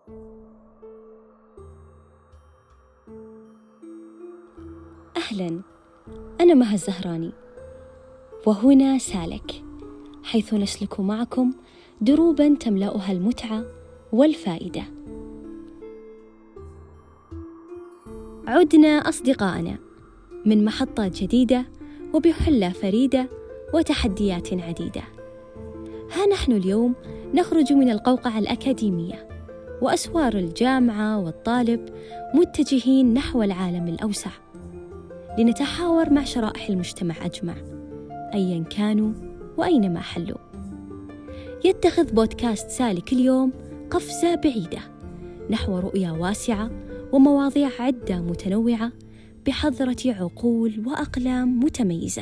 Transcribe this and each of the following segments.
أهلاً، أنا مها الزهراني، وهنا سالك، حيث نسلك معكم دروباً تملأها المتعة والفائدة. عدنا أصدقائنا من محطات جديدة وبحلة فريدة وتحديات عديدة. ها نحن اليوم نخرج من القوقعة الأكاديمية وأسوار الجامعة والطالب، متجهين نحو العالم الأوسع لنتحاور مع شرائح المجتمع أجمع أيا كانوا وأينما حلوا. يتخذ بودكاست سالك اليوم قفزة بعيدة نحو رؤية واسعة ومواضيع عدة متنوعة بحضرة عقول وأقلام متميزة.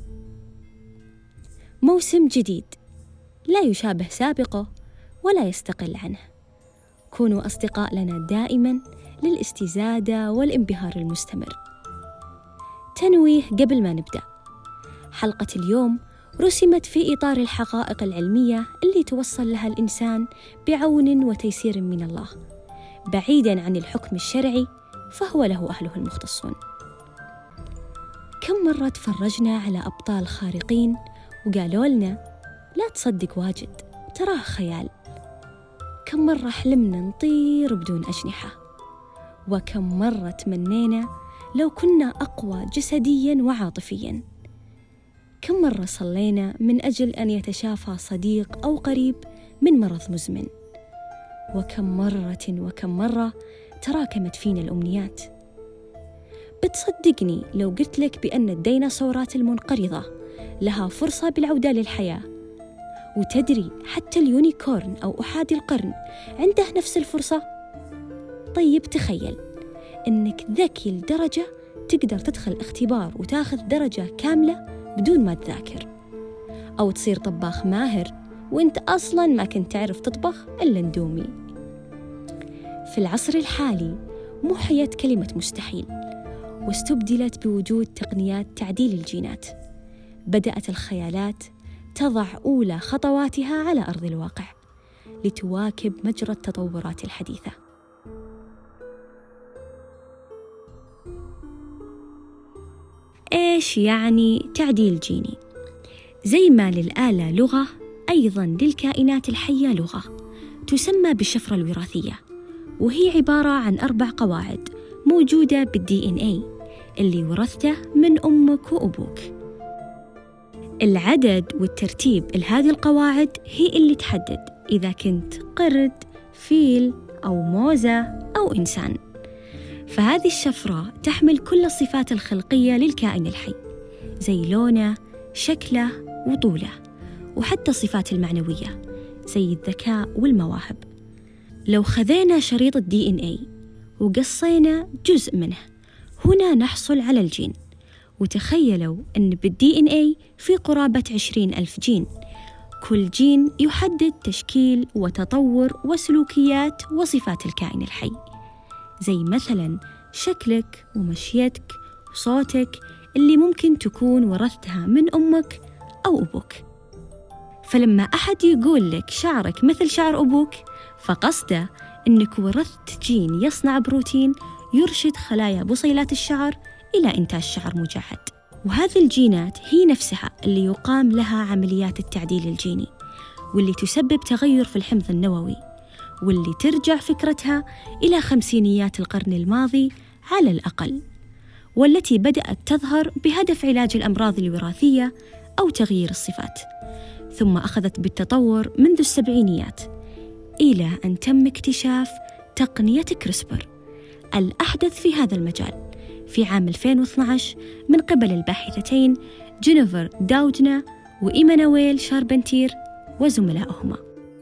موسم جديد لا يشابه سابقه ولا يستقل عنه. كونوا أصدقاء لنا دائما للاستزادة والانبهار المستمر. تنويه قبل ما نبدأ: حلقة اليوم رسمت في إطار الحقائق العلمية اللي توصل لها الإنسان بعون وتيسير من الله، بعيداً عن الحكم الشرعي فهو له أهله المختصون. كم مرة تفرجنا على أبطال خارقين وقالوا لنا لا تصدق واجد، تراه خيال. كم مرة حلمنا نطير بدون أجنحة، وكم مرة تمنينا لو كنا أقوى جسدياً وعاطفياً. كم مرة صلينا من أجل أن يتشافى صديق أو قريب من مرض مزمن، وكم مرة تراكمت فينا الأمنيات. بتصدقني لو قلت لك بأن الديناصورات المنقرضة لها فرصة بالعودة للحياة؟ وتدري حتى اليونيكورن أو أحادي القرن عنده نفس الفرصة؟ طيب تخيل إنك ذكي لدرجة تقدر تدخل اختبار وتاخذ درجة كاملة بدون ما تذاكر، أو تصير طباخ ماهر وإنت أصلاً ما كنت تعرف تطبخ إلا اندومي. في العصر الحالي محيت كلمة مستحيل واستبدلت بوجود تقنيات تعديل الجينات. بدأت الخيالات تضع أولى خطواتها على أرض الواقع لتواكب مجرى التطورات الحديثة. إيش يعني تعديل جيني؟ زي ما للآلة لغة، أيضاً للكائنات الحية لغة تسمى بالشفرة الوراثية، وهي عبارة عن 4 قواعد موجودة بالDNA اللي ورثته من أمك وأبوك. العدد والترتيب لهذه القواعد هي اللي تحدد إذا كنت قرد، فيل أو موزة أو إنسان. فهذه الشفرة تحمل كل الصفات الخلقية للكائن الحي، زي لونه، شكله وطوله، وحتى الصفات المعنوية زي الذكاء والمواهب. لو خذينا شريط الDNA وقصينا جزء منه، هنا نحصل على الجين. وتخيلوا أن بالDNA في قرابة 20,000 جين، كل جين يحدد تشكيل وتطور وسلوكيات وصفات الكائن الحي، زي مثلاً شكلك ومشيتك وصوتك اللي ممكن تكون ورثتها من أمك أو أبوك. فلما أحد يقول لك شعرك مثل شعر أبوك، فقصده أنك ورثت جين يصنع بروتين يرشد خلايا بصيلات الشعر إلى إنتاج شعر مجعد. وهذه الجينات هي نفسها اللي يقام لها عمليات التعديل الجيني، واللي تسبب تغير في الحمض النووي، واللي ترجع فكرتها إلى خمسينيات القرن الماضي على الأقل، والتي بدأت تظهر بهدف علاج الأمراض الوراثية أو تغيير الصفات، ثم أخذت بالتطور منذ السبعينيات إلى أن تم اكتشاف تقنية كريسبر الأحدث في هذا المجال في عام 2012 من قبل الباحثتين جينيفر داودنا وإيمانويل شاربنتير وزملائهما.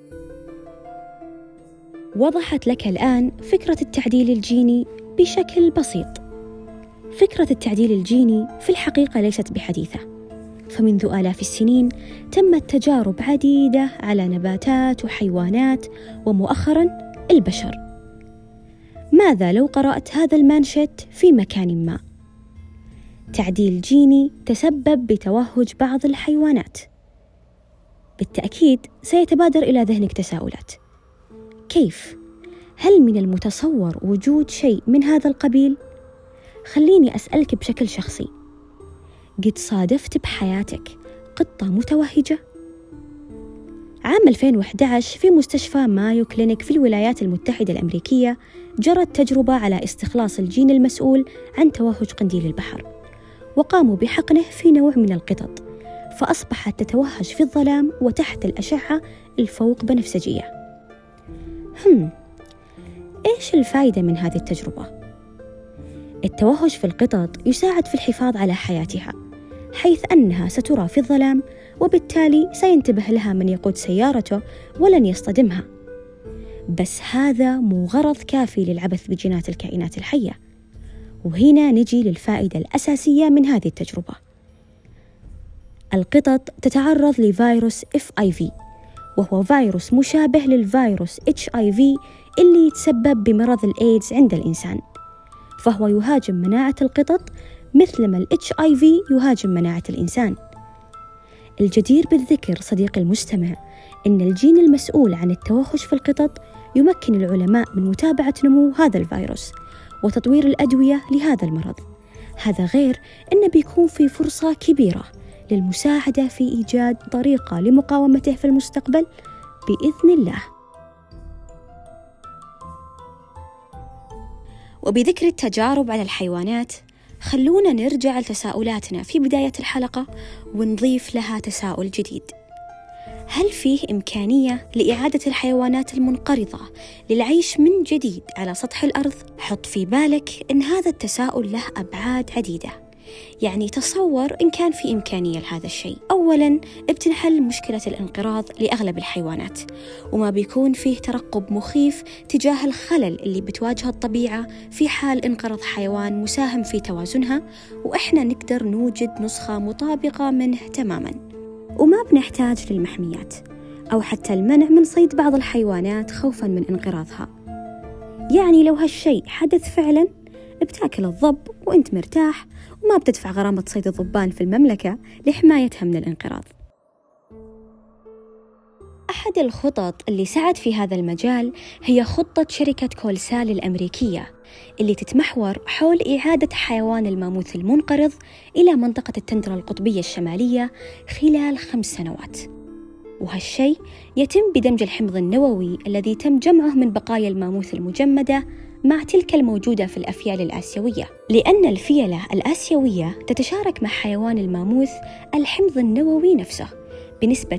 وضحت لك الآن فكرة التعديل الجيني بشكل بسيط. فكرة التعديل الجيني في الحقيقة ليست بحديثة، فمنذ آلاف السنين تمت تجارب عديدة على نباتات وحيوانات ومؤخراً البشر. ماذا لو قرأت هذا المانشيت في مكان ما؟ تعديل جيني تسبب بتوهج بعض الحيوانات. بالتأكيد سيتبادر إلى ذهنك تساؤلات: كيف؟ هل من المتصور وجود شيء من هذا القبيل؟ خليني أسألك بشكل شخصي، قد صادفت بحياتك قطة متوهجة؟ عام 2011 في مستشفى مايو كلينيك في الولايات المتحدة الأمريكية جرت تجربة على استخلاص الجين المسؤول عن توهج قنديل البحر، وقاموا بحقنه في نوع من القطط، فأصبحت تتوهج في الظلام وتحت الأشعة الفوق بنفسجية. إيش الفائدة من هذه التجربة؟ التوهج في القطط يساعد في الحفاظ على حياتها، حيث أنها سترى في الظلام، وبالتالي سينتبه لها من يقود سيارته ولن يصطدمها. بس هذا مو غرض كافي للعبث بجينات الكائنات الحية، وهنا نجي للفائدة الأساسية من هذه التجربة. القطط تتعرض لفيروس FIV، وهو فيروس مشابه للفيروس HIV اللي يتسبب بمرض الإيدز عند الإنسان، فهو يهاجم مناعة القطط مثلما HIV يهاجم مناعة الإنسان. الجدير بالذكر صديقي المستمع إن الجين المسؤول عن التوهج في القطط يمكن العلماء من متابعة نمو هذا الفيروس وتطوير الأدوية لهذا المرض. هذا غير أن بيكون في فرصة كبيرة للمساعدة في إيجاد طريقة لمقاومته في المستقبل بإذن الله. وبذكر التجارب على الحيوانات، خلونا نرجع لتساؤلاتنا في بداية الحلقة ونضيف لها تساؤل جديد. هل فيه إمكانية لإعادة الحيوانات المنقرضة للعيش من جديد على سطح الأرض؟ حط في بالك إن هذا التساؤل له أبعاد عديدة. يعني تصور إن كان في إمكانية لهذا الشيء. أولاً بتنحل مشكلة الانقراض لأغلب الحيوانات، وما بيكون فيه ترقب مخيف تجاه الخلل اللي بتواجه الطبيعة في حال انقرض حيوان مساهم في توازنها، وإحنا نقدر نوجد نسخة مطابقة منه تماماً. وما بنحتاج للمحميات أو حتى المنع من صيد بعض الحيوانات خوفاً من انقراضها. يعني لو هالشيء حدث فعلاً، بتاكل الضب وانت مرتاح، وما بتدفع غرامة صيد الضبان في المملكة لحمايتها من الانقراض. أحد الخطط اللي سعت في هذا المجال هي خطة شركة كولسال الأمريكية، اللي تتمحور حول إعادة حيوان الماموث المنقرض إلى منطقة التندرا القطبية الشمالية خلال 5 سنوات. وهالشيء يتم بدمج الحمض النووي الذي تم جمعه من بقايا الماموث المجمدة مع تلك الموجودة في الأفيال الآسيوية، لأن الفيلة الآسيوية تتشارك مع حيوان الماموث الحمض النووي نفسه بنسبة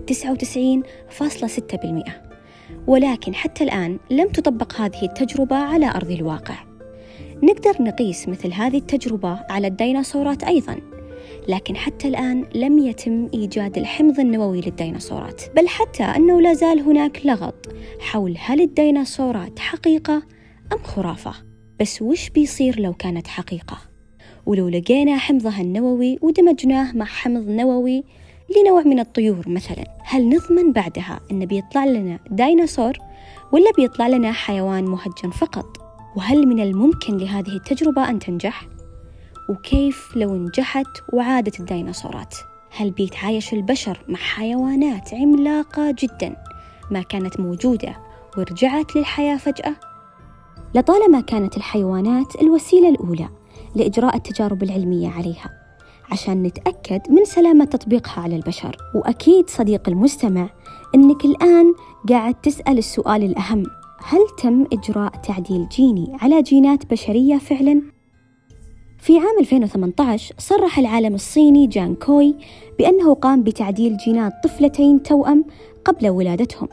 99.6%. ولكن حتى الآن لم تطبق هذه التجربة على أرض الواقع. نقدر نقيس مثل هذه التجربة على الديناصورات أيضاً، لكن حتى الآن لم يتم إيجاد الحمض النووي للديناصورات، بل حتى أنه لا زال هناك لغط حول هل الديناصورات حقيقة أم خرافة. بس وش بيصير لو كانت حقيقة؟ ولو لقينا حمضها النووي ودمجناه مع حمض نووي لنوع من الطيور مثلا، هل نضمن بعدها أن بيطلع لنا ديناصور ولا بيطلع لنا حيوان مهجن فقط؟ وهل من الممكن لهذه التجربة أن تنجح؟ وكيف لو نجحت وعادت الديناصورات؟ هل بيتعايش البشر مع حيوانات عملاقة جدا ما كانت موجودة ورجعت للحياة فجأة؟ لطالما كانت الحيوانات الوسيلة الأولى لإجراء التجارب العلمية عليها عشان نتأكد من سلامة تطبيقها على البشر. وأكيد صديق المستمع أنك الآن قاعد تسأل السؤال الأهم: هل تم إجراء تعديل جيني على جينات بشرية فعلاً؟ في عام 2018 صرح العالم الصيني جان كوي بأنه قام بتعديل جينات طفلتين توأم قبل ولادتهم.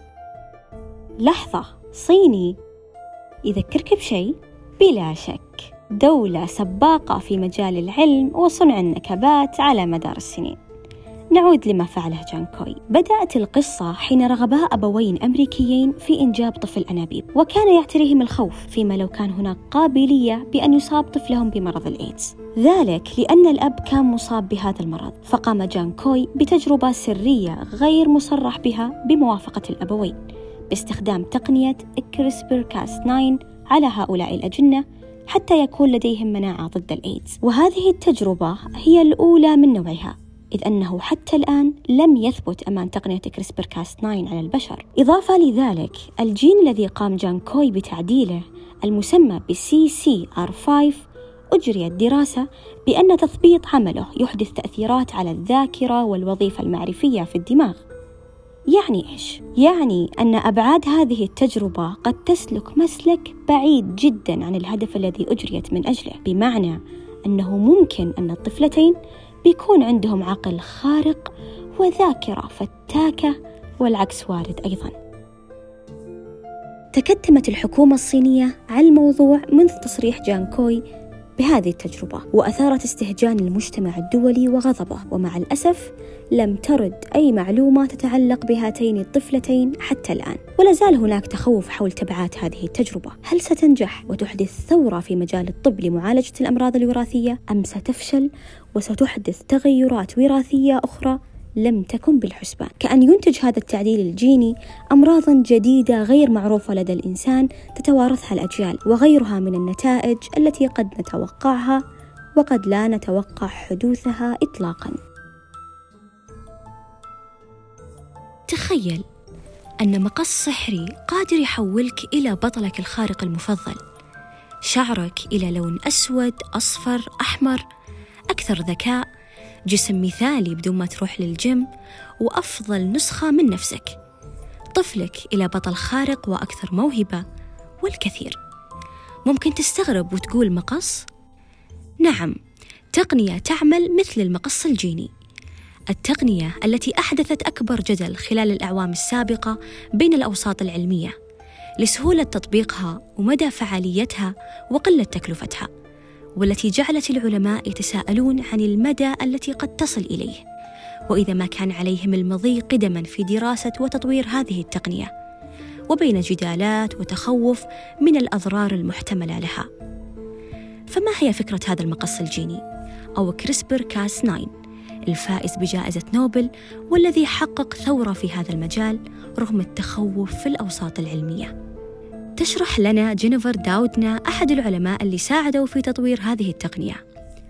لحظة، صيني يذكرك بشيء؟ بلا شك دولة سباقة في مجال العلم وصنع النكبات على مدار السنين. نعود لما فعله جان كوي. بدأت القصة حين رغبا أبوين أمريكيين في إنجاب طفل أنابيب، وكان يعتريهم الخوف فيما لو كان هناك قابلية بأن يصاب طفلهم بمرض الإيدز، ذلك لأن الأب كان مصاب بهذا المرض. فقام جان كوي بتجربة سرية غير مصرح بها بموافقة الأبوين باستخدام تقنية CRISPR-Cas9 على هؤلاء الأجنة حتى يكون لديهم مناعة ضد الإيدز. وهذه التجربة هي الأولى من نوعها، إذ أنه حتى الآن لم يثبت أمان تقنية كريسبر كاس 9 على البشر. إضافة لذلك، الجين الذي قام جان كوي بتعديله المسمى ب CCR5 أجريت دراسة بأن تثبيط عمله يحدث تأثيرات على الذاكرة والوظيفة المعرفية في الدماغ. يعني إيش؟ يعني أن أبعاد هذه التجربة قد تسلك مسلك بعيد جدا عن الهدف الذي أجريت من أجله، بمعنى أنه ممكن أن الطفلتين بيكون عندهم عقل خارق وذاكرة فتاكة، والعكس وارد أيضا. تكتمت الحكومة الصينية على الموضوع منذ تصريح جان كوي بهذه التجربة، وأثارت استهجان المجتمع الدولي وغضبه، ومع الأسف لم ترد أي معلومة تتعلق بهاتين الطفلتين حتى الآن. ولا زال هناك تخوف حول تبعات هذه التجربة. هل ستنجح وتحدث ثورة في مجال الطب لمعالجة الأمراض الوراثية، أم ستفشل وستحدث تغيرات وراثية أخرى لم تكن بالحسبان، كأن ينتج هذا التعديل الجيني أمراضاً جديدة غير معروفة لدى الإنسان تتوارثها الأجيال، وغيرها من النتائج التي قد نتوقعها وقد لا نتوقع حدوثها إطلاقاً. تخيل أن مقص سحري قادر يحولك إلى بطلك الخارق المفضل، شعرك إلى لون أسود، أصفر، أحمر، أكثر ذكاء، جسم مثالي بدون ما تروح للجيم، وأفضل نسخة من نفسك، طفلك إلى بطل خارق وأكثر موهبة، والكثير. ممكن تستغرب وتقول مقص؟ نعم، تقنية تعمل مثل المقص الجيني، التقنية التي أحدثت أكبر جدل خلال الأعوام السابقة بين الأوساط العلمية لسهولة تطبيقها ومدى فعاليتها وقلة تكلفتها، والتي جعلت العلماء يتساءلون عن المدى التي قد تصل إليه، وإذا ما كان عليهم المضي قدما في دراسة وتطوير هذه التقنية، وبين جدالات وتخوف من الأضرار المحتملة لها. فما هي فكرة هذا المقص الجيني أو كريسبر كاس 9 الفائز بجائزة نوبل، والذي حقق ثورة في هذا المجال رغم التخوف في الأوساط العلمية؟ تشرح لنا جينيفر داودنا أحد العلماء اللي ساعدوا في تطوير هذه التقنية.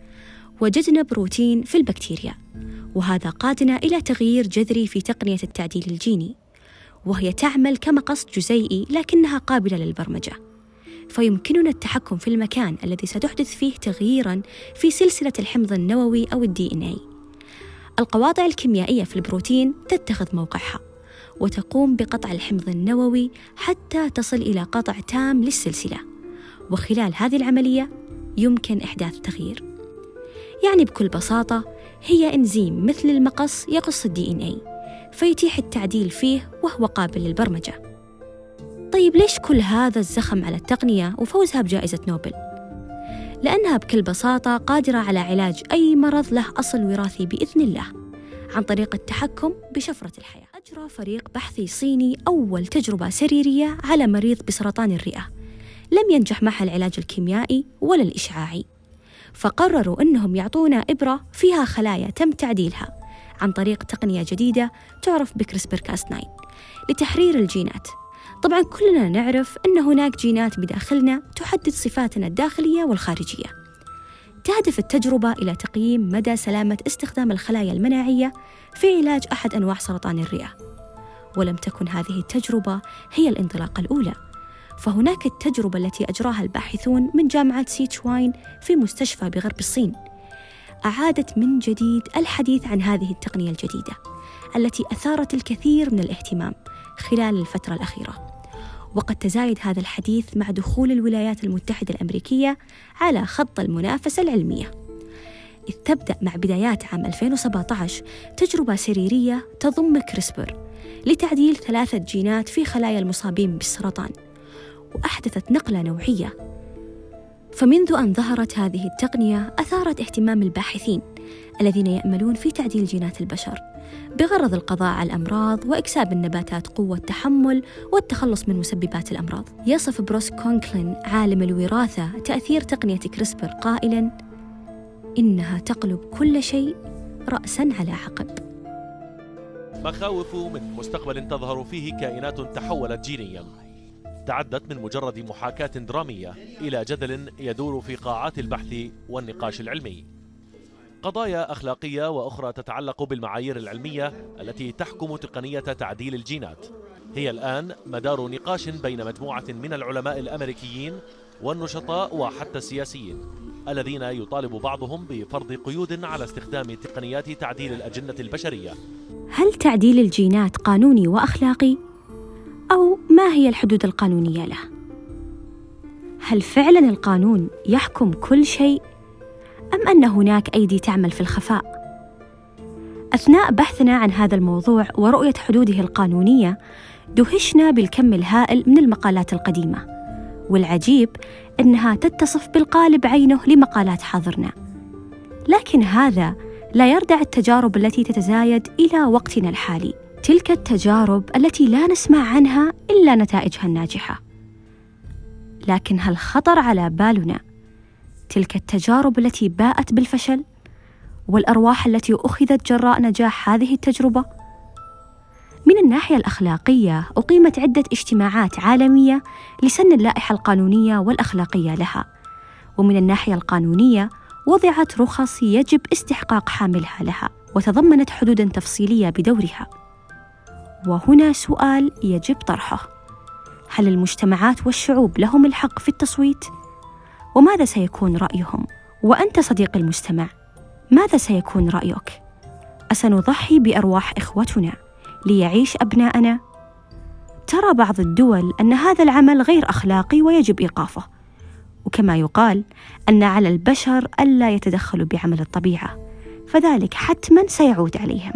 وجدنا بروتين في البكتيريا، وهذا قادنا إلى تغيير جذري في تقنية التعديل الجيني، وهي تعمل كمقص جزيئي لكنها قابلة للبرمجة، فيمكننا التحكم في المكان الذي ستحدث فيه تغييراً في سلسلة الحمض النووي أو DNA. القواطع الكيميائية في البروتين تتخذ موقعها وتقوم بقطع الحمض النووي حتى تصل إلى قطع تام للسلسلة، وخلال هذه العملية يمكن إحداث تغيير. يعني بكل بساطة هي إنزيم مثل المقص يقص DNA فيتيح التعديل فيه وهو قابل للبرمجة. طيب ليش كل هذا الزخم على التقنية وفوزها بجائزة نوبل؟ لأنها بكل بساطة قادرة على علاج أي مرض له أصل وراثي بإذن الله عن طريق التحكم بشفرة الحياة. أجرى فريق بحثي صيني أول تجربة سريرية على مريض بسرطان الرئة، لم ينجح معها العلاج الكيميائي ولا الإشعاعي، فقرروا أنهم يعطونا إبرة فيها خلايا تم تعديلها عن طريق تقنية جديدة تعرف بكريسبر كاس 9 لتحرير الجينات. طبعاً كلنا نعرف أن هناك جينات بداخلنا تحدد صفاتنا الداخلية والخارجية. تهدف التجربة إلى تقييم مدى سلامة استخدام الخلايا المناعية في علاج أحد أنواع سرطان الرئة. ولم تكن هذه التجربة هي الانطلاقة الأولى، فهناك التجربة التي أجراها الباحثون من جامعة سيتشواين في مستشفى بغرب الصين أعادت من جديد الحديث عن هذه التقنية الجديدة التي أثارت الكثير من الاهتمام خلال الفترة الأخيرة. وقد تزايد هذا الحديث مع دخول الولايات المتحدة الأمريكية على خط المنافسة العلمية، إذ تبدأ مع بدايات عام 2017 تجربة سريرية تضم كريسبر لتعديل 3 جينات في خلايا المصابين بالسرطان، وأحدثت نقلة نوعية. فمنذ أن ظهرت هذه التقنية أثارت اهتمام الباحثين الذين يأملون في تعديل جينات البشر بغرض القضاء على الأمراض وإكساب النباتات قوة تحمل والتخلص من مسببات الأمراض. يصف بروس كونكلين عالم الوراثة تأثير تقنية كريسبر قائلاً: إنها تقلب كل شيء رأساً على عقب. مخاوف من مستقبل تظهر فيه كائنات تحولت جينياً تعدت من مجرد محاكاة درامية إلى جدل يدور في قاعات البحث والنقاش العلمي. قضايا أخلاقية وأخرى تتعلق بالمعايير العلمية التي تحكم تقنية تعديل الجينات هي الآن مدار نقاش بين مجموعة من العلماء الأمريكيين والنشطاء وحتى السياسيين الذين يطالب بعضهم بفرض قيود على استخدام تقنيات تعديل الأجنة البشرية. هل تعديل الجينات قانوني وأخلاقي؟ أو ما هي الحدود القانونية له؟ هل فعلاً القانون يحكم كل شيء؟ أم أن هناك أيدي تعمل في الخفاء؟ أثناء بحثنا عن هذا الموضوع ورؤية حدوده القانونية دهشنا بالكم الهائل من المقالات القديمة، والعجيب أنها تتصف بالقالب عينه لمقالات حاضرنا. لكن هذا لا يردع التجارب التي تتزايد إلى وقتنا الحالي، تلك التجارب التي لا نسمع عنها إلا نتائجها الناجحة. لكن هل خطر على بالنا تلك التجارب التي باءت بالفشل والأرواح التي أخذت جراء نجاح هذه التجربة؟ من الناحية الأخلاقية أقيمت عدة اجتماعات عالمية لسن اللائحة القانونية والأخلاقية لها، ومن الناحية القانونية وضعت رخص يجب استحقاق حاملها لها وتضمنت حدوداً تفصيلية بدورها. وهنا سؤال يجب طرحه: هل المجتمعات والشعوب لهم الحق في التصويت؟ وماذا سيكون رأيهم؟ وأنت صديق المستمع، ماذا سيكون رأيك؟ أسنضحي بأرواح إخوتنا ليعيش أبناءنا؟ ترى بعض الدول أن هذا العمل غير أخلاقي ويجب إيقافه، وكما يقال أن على البشر ألا يتدخلوا بعمل الطبيعة، فذلك حتماً سيعود عليهم.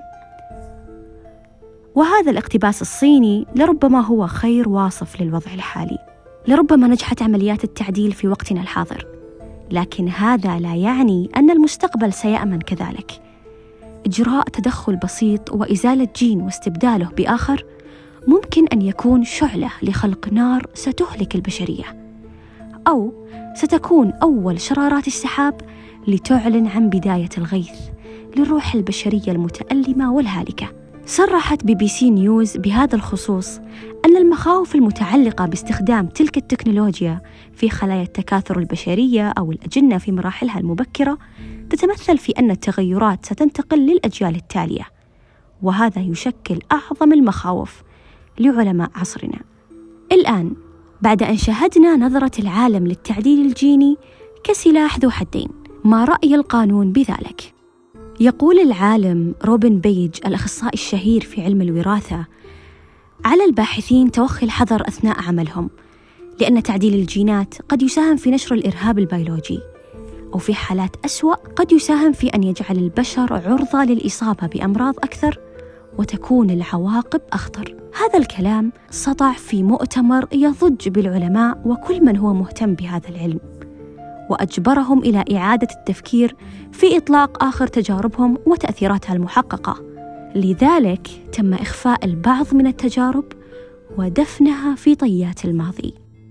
وهذا الاقتباس الصيني لربما هو خير واصف للوضع الحالي. لربما نجحت عمليات التعديل في وقتنا الحاضر، لكن هذا لا يعني أن المستقبل سيأمن كذلك. إجراء تدخل بسيط وإزالة جين واستبداله بآخر ممكن أن يكون شعلة لخلق نار ستهلك البشرية، أو ستكون أول شرارات السحاب لتعلن عن بداية الغيث للروح البشرية المتألمة والهالكة. صرحت BBC نيوز بهذا الخصوص أن المخاوف المتعلقة باستخدام تلك التكنولوجيا في خلايا التكاثر البشرية أو الأجنة في مراحلها المبكرة تتمثل في أن التغيرات ستنتقل للأجيال التالية، وهذا يشكل أعظم المخاوف لعلماء عصرنا. الآن بعد أن شاهدنا نظرة العالم للتعديل الجيني كسلاح ذو حدين، ما رأي القانون بذلك؟ يقول العالم روبن بيج الأخصائي الشهير في علم الوراثة: على الباحثين توخي الحذر أثناء عملهم، لأن تعديل الجينات قد يساهم في نشر الإرهاب البيولوجي، أو في حالات أسوأ قد يساهم في أن يجعل البشر عرضة للإصابة بأمراض أكثر وتكون العواقب أخطر. هذا الكلام سطع في مؤتمر يضج بالعلماء وكل من هو مهتم بهذا العلم، وأجبرهم إلى إعادة التفكير في إطلاق آخر تجاربهم وتأثيراتها المحققة. لذلك تم إخفاء البعض من التجارب ودفنها في طيات الماضي.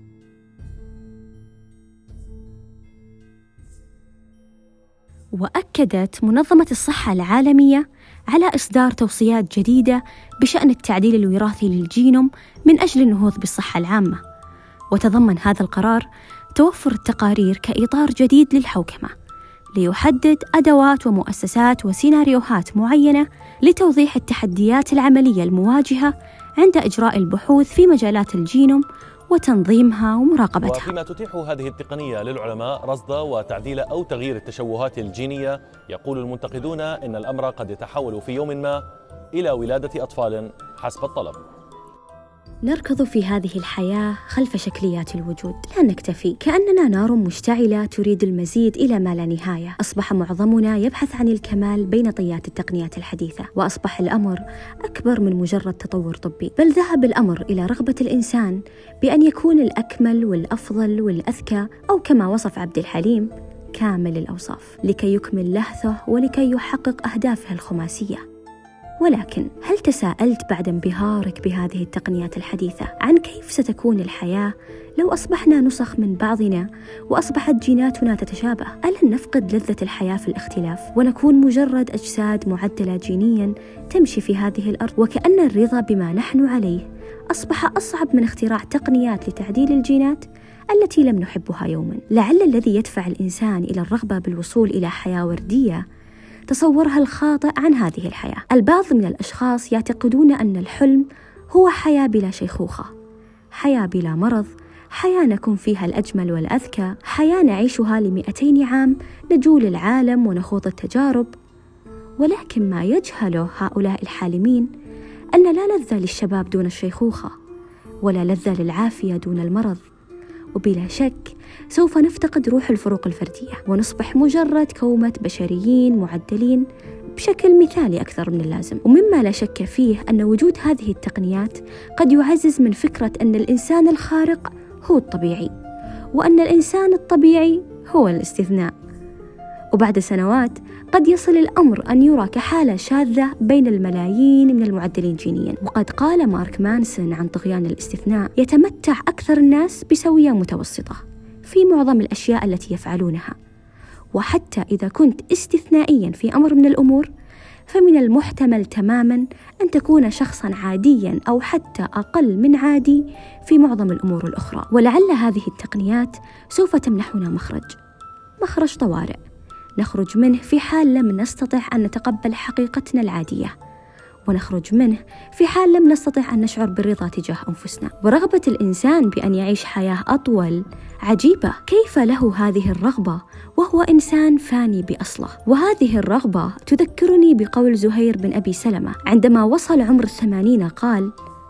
وأكدت منظمة الصحة العالمية على إصدار توصيات جديدة بشأن التعديل الوراثي للجينوم من أجل النهوض بالصحة العامة، وتضمن هذا القرار توفر التقارير كإطار جديد للحوكمة ليحدد أدوات ومؤسسات وسيناريوهات معينة لتوضيح التحديات العملية المواجهة عند إجراء البحوث في مجالات الجينوم وتنظيمها ومراقبتها. وفيما تتيح هذه التقنية للعلماء رصد وتعديل أو تغيير التشوهات الجينية، يقول المنتقدون إن الأمر قد يتحول في يوم ما إلى ولادة أطفال حسب الطلب. نركض في هذه الحياة خلف شكليات الوجود، لا نكتفي، كأننا نار مشتعلة تريد المزيد إلى ما لا نهاية. أصبح معظمنا يبحث عن الكمال بين طيات التقنيات الحديثة، وأصبح الأمر أكبر من مجرد تطور طبي، بل ذهب الأمر إلى رغبة الإنسان بأن يكون الأكمل والأفضل والأذكى، أو كما وصف عبد الحليم: كامل الأوصاف، لكي يكمل لهثه ولكي يحقق أهدافه الخماسية. ولكن هل تساءلت بعد انبهارك بهذه التقنيات الحديثة عن كيف ستكون الحياة لو أصبحنا نسخ من بعضنا وأصبحت جيناتنا تتشابه؟ ألن نفقد لذة الحياة في الاختلاف ونكون مجرد أجساد معدلة جينيا تمشي في هذه الأرض؟ وكأن الرضا بما نحن عليه أصبح أصعب من اختراع تقنيات لتعديل الجينات التي لم نحبها يوما. لعل الذي يدفع الإنسان إلى الرغبة بالوصول إلى حياة وردية تصورها الخاطئ عن هذه الحياة. البعض من الأشخاص يعتقدون أن الحلم هو حياة بلا شيخوخة، حياة بلا مرض، حياة نكون فيها الأجمل والأذكى، حياة نعيشها ل200 عام، نجول العالم ونخوض التجارب. ولكن ما يجهله هؤلاء الحالمين أن لا لذة للشباب دون الشيخوخة، ولا لذة للعافية دون المرض، وبلا شك سوف نفتقد روح الفروق الفردية ونصبح مجرد كومة بشريين معدلين بشكل مثالي أكثر من اللازم. ومما لا شك فيه أن وجود هذه التقنيات قد يعزز من فكرة أن الإنسان الخارق هو الطبيعي، وأن الإنسان الطبيعي هو الاستثناء. وبعد سنوات قد يصل الأمر أن يرى كحالة شاذة بين الملايين من المعدلين جينياً. وقد قال مارك مانسون عن طغيان الاستثناء: يتمتع أكثر الناس بسوية متوسطة في معظم الأشياء التي يفعلونها، وحتى إذا كنت استثنائياً في أمر من الأمور فمن المحتمل تماماً أن تكون شخصاً عادياً أو حتى أقل من عادي في معظم الأمور الأخرى. ولعل هذه التقنيات سوف تمنحنا مخرج طوارئ نخرج منه في حال لم نستطع أن نتقبل حقيقتنا العادية، ونخرج منه في حال لم نستطع أن نشعر بالرضا تجاه أنفسنا. ورغبة الإنسان بأن يعيش حياة أطول عجيبة، كيف له هذه الرغبة وهو إنسان فاني بأصله؟ وهذه الرغبة تذكرني بقول زهير بن أبي سلمة عندما وصل عمر 80 قال: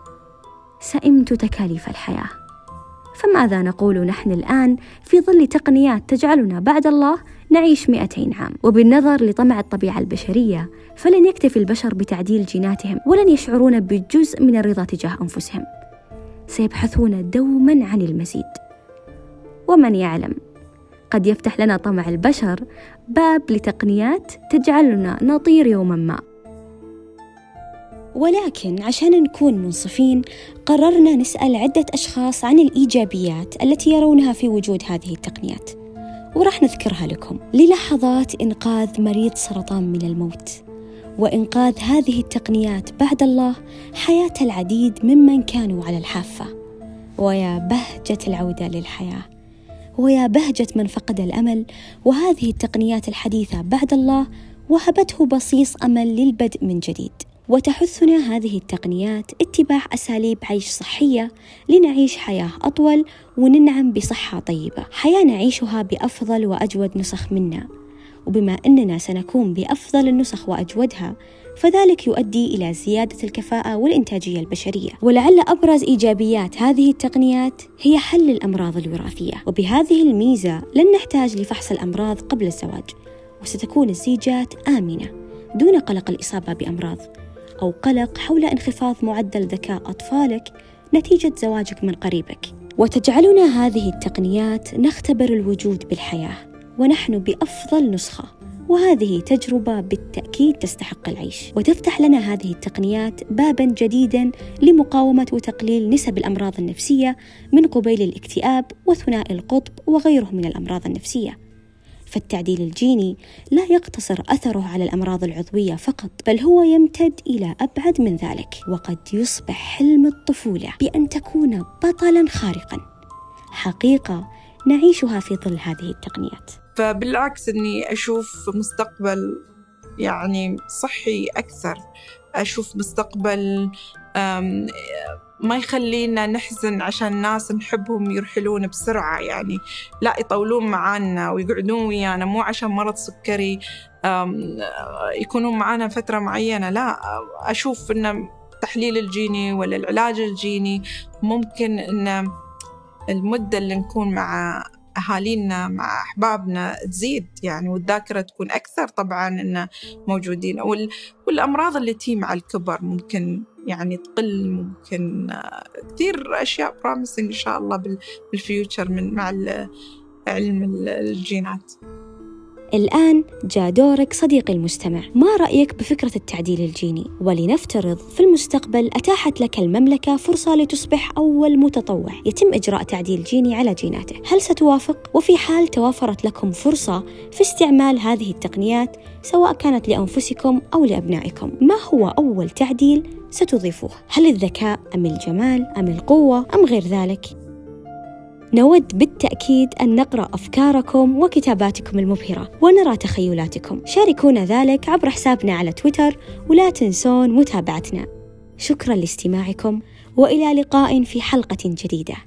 سئمت تكاليف الحياة. فماذا نقول نحن الآن في ظل تقنيات تجعلنا بعد الله نعيش 200 عام؟ وبالنظر لطمع الطبيعة البشرية فلن يكتفي البشر بتعديل جيناتهم، ولن يشعرون بجزء من الرضا تجاه أنفسهم، سيبحثون دوما عن المزيد. ومن يعلم، قد يفتح لنا طمع البشر باب لتقنيات تجعلنا نطير يوما ما. ولكن عشان نكون منصفين قررنا نسأل عدة أشخاص عن الإيجابيات التي يرونها في وجود هذه التقنيات، وراح نذكرها لكم. للحظات إنقاذ مريض سرطان من الموت، وإنقاذ هذه التقنيات بعد الله حياة العديد ممن كانوا على الحافة. ويا بهجة العودة للحياة، ويا بهجة من فقد الأمل، وهذه التقنيات الحديثة بعد الله وهبته بصيص أمل للبدء من جديد. وتحثنا هذه التقنيات اتباع أساليب عيش صحية لنعيش حياة أطول وننعم بصحة طيبة، حياة نعيشها بأفضل وأجود نسخ منا. وبما أننا سنكون بأفضل النسخ وأجودها فذلك يؤدي إلى زيادة الكفاءة والإنتاجية البشرية. ولعل أبرز إيجابيات هذه التقنيات هي حل الأمراض الوراثية، وبهذه الميزة لن نحتاج لفحص الأمراض قبل الزواج، وستكون الزيجات آمنة دون قلق الإصابة بأمراض أو قلق حول انخفاض معدل ذكاء أطفالك نتيجة زواجك من قريبك. وتجعلنا هذه التقنيات نختبر الوجود بالحياة ونحن بأفضل نسخة، وهذه تجربة بالتأكيد تستحق العيش. وتفتح لنا هذه التقنيات باباً جديداً لمقاومة وتقليل نسب الأمراض النفسية من قبيل الاكتئاب وثنائي القطب وغيره من الأمراض النفسية. فالتعديل الجيني لا يقتصر أثره على الأمراض العضوية فقط، بل هو يمتد إلى أبعد من ذلك، وقد يصبح حلم الطفولة بأن تكون بطلاً خارقاً حقيقة نعيشها في ظل هذه التقنيات. فبالعكس أني أشوف مستقبل يعني صحي أكثر، أشوف مستقبل ما يخلينا نحزن عشان ناس نحبهم يرحلون بسرعة، يعني لا، يطولون معانا ويقعدون ويانا، مو عشان مرض سكري يكونون معانا فترة معينة. لا، أشوف أن التحليل الجيني ولا العلاج الجيني ممكن أن المدة اللي نكون مع أهالينا مع أحبابنا تزيد يعني، والذاكرة تكون أكثر طبعاً إن موجودين، والأمراض اللي تيجي مع الكبر ممكن يعني تقل، ممكن كثير أشياء promising إن شاء الله بالفيوتشر مع علم الجينات. الآن جاء دورك صديقي المستمع، ما رأيك بفكرة التعديل الجيني؟ ولنفترض في المستقبل أتاحت لك المملكة فرصة لتصبح أول متطوع يتم إجراء تعديل جيني على جيناته، هل ستوافق؟ وفي حال توافرت لكم فرصة في استعمال هذه التقنيات سواء كانت لأنفسكم أو لأبنائكم، ما هو أول تعديل ستضيفوه؟ هل الذكاء أم الجمال أم القوة أم غير ذلك؟ نود بالتأكيد أن نقرأ أفكاركم وكتاباتكم المبهرة ونرى تخيلاتكم. شاركونا ذلك عبر حسابنا على تويتر، ولا تنسون متابعتنا. شكرا لاستماعكم، وإلى لقاء في حلقة جديدة.